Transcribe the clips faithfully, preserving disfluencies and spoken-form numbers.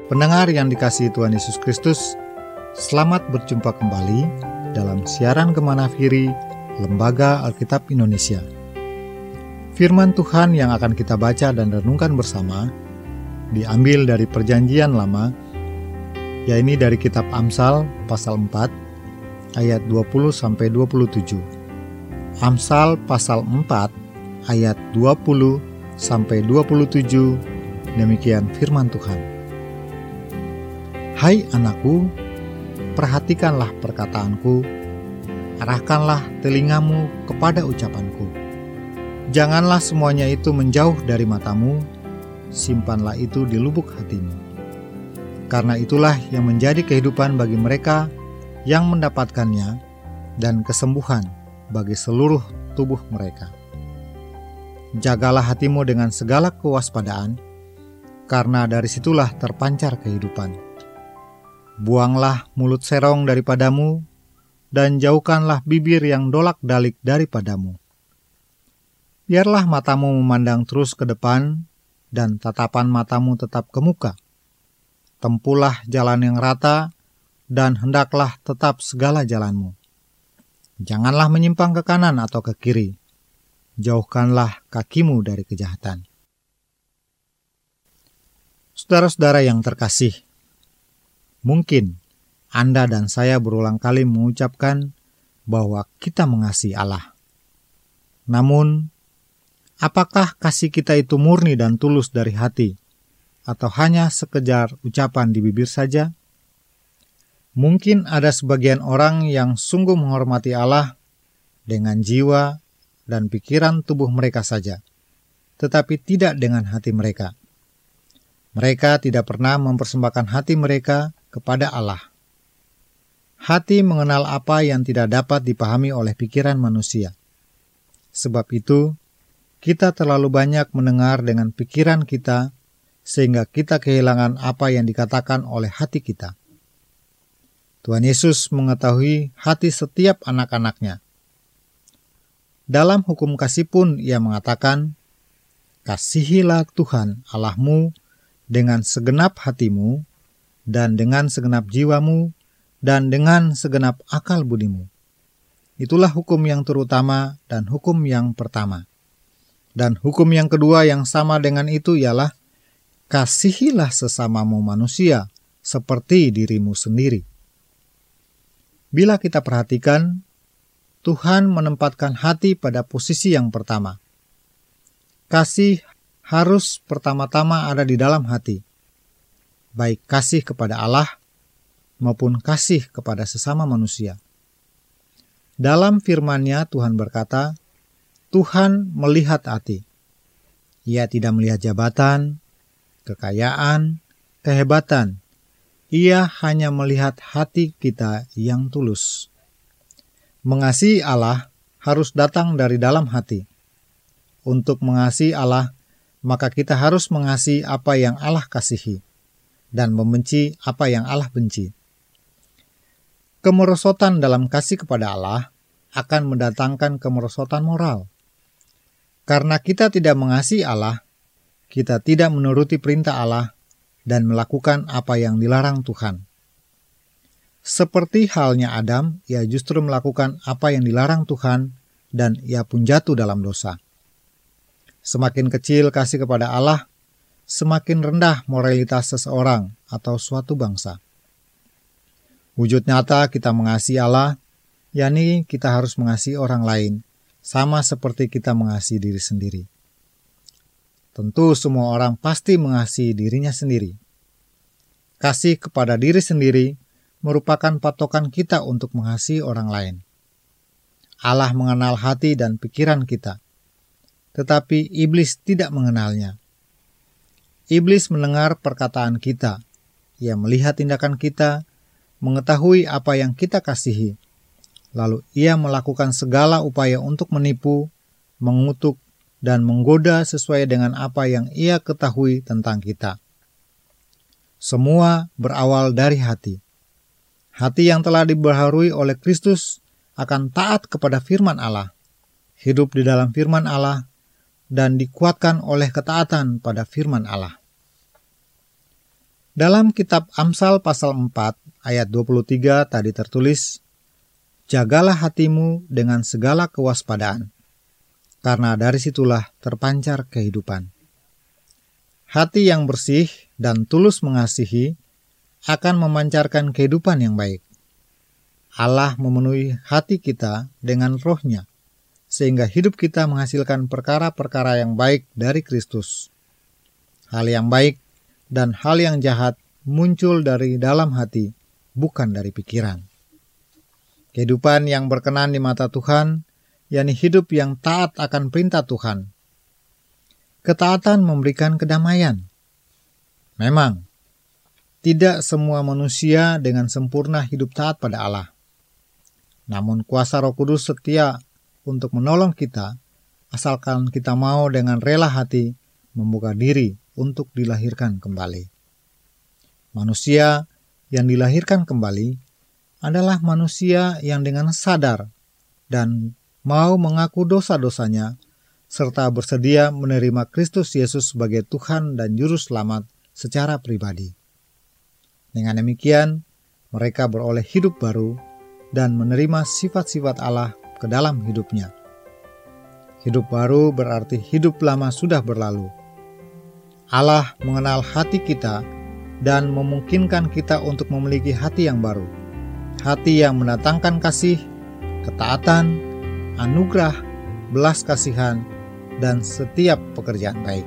Pendengar yang dikasihi Tuhan Yesus Kristus, selamat berjumpa kembali dalam siaran Gemana Firi Lembaga Alkitab Indonesia. Firman Tuhan yang akan kita baca dan renungkan bersama diambil dari Perjanjian Lama, yaitu dari kitab Amsal pasal empat ayat dua puluh sampai dua puluh tujuh. Amsal pasal empat ayat dua puluh sampai dua puluh tujuh. Demikian firman Tuhan. Hai anakku, perhatikanlah perkataanku, arahkanlah telingamu kepada ucapanku. Janganlah semuanya itu menjauh dari matamu, simpanlah itu di lubuk hatimu. Karena itulah yang menjadi kehidupan bagi mereka yang mendapatkannya dan kesembuhan bagi seluruh tubuh mereka. Jagalah hatimu dengan segala kewaspadaan, karena dari situlah terpancar kehidupan. Buanglah mulut serong daripadamu, dan jauhkanlah bibir yang dolak-dalik daripadamu. Biarlah matamu memandang terus ke depan, dan tatapan matamu tetap ke muka. Tempuhlah jalan yang rata, dan hendaklah tetap segala jalanmu. Janganlah menyimpang ke kanan atau ke kiri. Jauhkanlah kakimu dari kejahatan. Saudara-saudara yang terkasih, mungkin Anda dan saya berulang kali mengucapkan bahwa kita mengasihi Allah. Namun, apakah kasih kita itu murni dan tulus dari hati, atau hanya sekedar ucapan di bibir saja? Mungkin ada sebagian orang yang sungguh menghormati Allah dengan jiwa dan pikiran tubuh mereka saja, tetapi tidak dengan hati mereka. Mereka tidak pernah mempersembahkan hati mereka kepada Allah. Hati mengenal apa yang tidak dapat dipahami oleh pikiran manusia. Sebab itu, kita terlalu banyak mendengar dengan pikiran kita, sehingga kita kehilangan apa yang dikatakan oleh hati kita. Tuhan Yesus mengetahui hati setiap anak-anaknya. Dalam hukum kasih pun ia mengatakan, kasihilah Tuhan Allahmu dengan segenap hatimu, dan dengan segenap jiwamu, dan dengan segenap akal budimu. Itulah hukum yang terutama dan hukum yang pertama. Dan hukum yang kedua yang sama dengan itu ialah, kasihilah sesamamu manusia seperti dirimu sendiri. Bila kita perhatikan, Tuhan menempatkan hati pada posisi yang pertama. Kasih harus pertama-tama ada di dalam hati, baik kasih kepada Allah maupun kasih kepada sesama manusia. Dalam firman-Nya Tuhan berkata, Tuhan melihat hati. Ia tidak melihat jabatan, kekayaan, kehebatan. Ia hanya melihat hati kita yang tulus. Mengasihi Allah harus datang dari dalam hati. Untuk mengasihi Allah, maka kita harus mengasihi apa yang Allah kasihi, dan membenci apa yang Allah benci. Kemerosotan dalam kasih kepada Allah akan mendatangkan kemerosotan moral. Karena kita tidak mengasihi Allah, kita tidak menuruti perintah Allah dan melakukan apa yang dilarang Tuhan. Seperti halnya Adam, ia justru melakukan apa yang dilarang Tuhan dan ia pun jatuh dalam dosa. Semakin kecil kasih kepada Allah, semakin rendah moralitas seseorang atau suatu bangsa. Wujud nyata kita mengasihi Allah, yakni kita harus mengasihi orang lain, sama seperti kita mengasihi diri sendiri. Tentu semua orang pasti mengasihi dirinya sendiri. Kasih kepada diri sendiri merupakan patokan kita untuk mengasihi orang lain. Allah mengenal hati dan pikiran kita, tetapi iblis tidak mengenalnya. Iblis mendengar perkataan kita, ia melihat tindakan kita, mengetahui apa yang kita kasihi, lalu ia melakukan segala upaya untuk menipu, mengutuk, dan menggoda sesuai dengan apa yang ia ketahui tentang kita. Semua berawal dari hati. Hati yang telah dibaharui oleh Kristus akan taat kepada firman Allah, hidup di dalam firman Allah, dan dikuatkan oleh ketaatan pada firman Allah. Dalam kitab Amsal pasal empat ayat dua puluh tiga tadi tertulis, "Jagalah hatimu dengan segala kewaspadaan, karena dari situlah terpancar kehidupan." Hati yang bersih dan tulus mengasihi akan memancarkan kehidupan yang baik. Allah memenuhi hati kita dengan roh-Nya, sehingga hidup kita menghasilkan perkara-perkara yang baik dari Kristus. Hal yang baik dan hal yang jahat muncul dari dalam hati, bukan dari pikiran. Kehidupan yang berkenan di mata Tuhan, yakni hidup yang taat akan perintah Tuhan. Ketaatan memberikan kedamaian. Memang, tidak semua manusia dengan sempurna hidup taat pada Allah. Namun kuasa Roh Kudus setia untuk menolong kita, asalkan kita mau dengan rela hati membuka diri untuk dilahirkan kembali. Manusia yang dilahirkan kembali adalah manusia yang dengan sadar dan mau mengaku dosa-dosanya, serta bersedia menerima Kristus Yesus sebagai Tuhan dan Juru Selamat secara pribadi. Dengan demikian, mereka beroleh hidup baru dan menerima sifat-sifat Allah ke dalam hidupnya. Hidup baru berarti hidup lama sudah berlalu. Allah mengenal hati kita dan memungkinkan kita untuk memiliki hati yang baru. Hati yang mendatangkan kasih, ketaatan, anugerah, belas kasihan, dan setiap pekerjaan baik.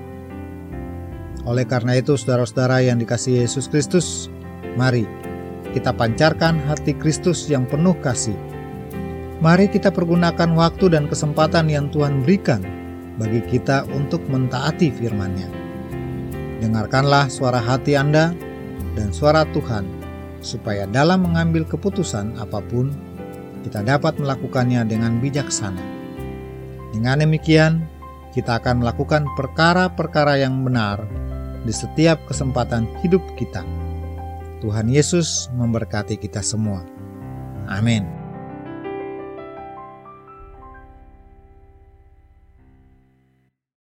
Oleh karena itu, saudara-saudara yang dikasihi Yesus Kristus, mari kita pancarkan hati Kristus yang penuh kasih. Mari kita pergunakan waktu dan kesempatan yang Tuhan berikan bagi kita untuk mentaati firman-Nya. Dengarkanlah suara hati Anda dan suara Tuhan, supaya dalam mengambil keputusan apapun, kita dapat melakukannya dengan bijaksana. Dengan demikian, kita akan melakukan perkara-perkara yang benar di setiap kesempatan hidup kita. Tuhan Yesus memberkati kita semua. Amin.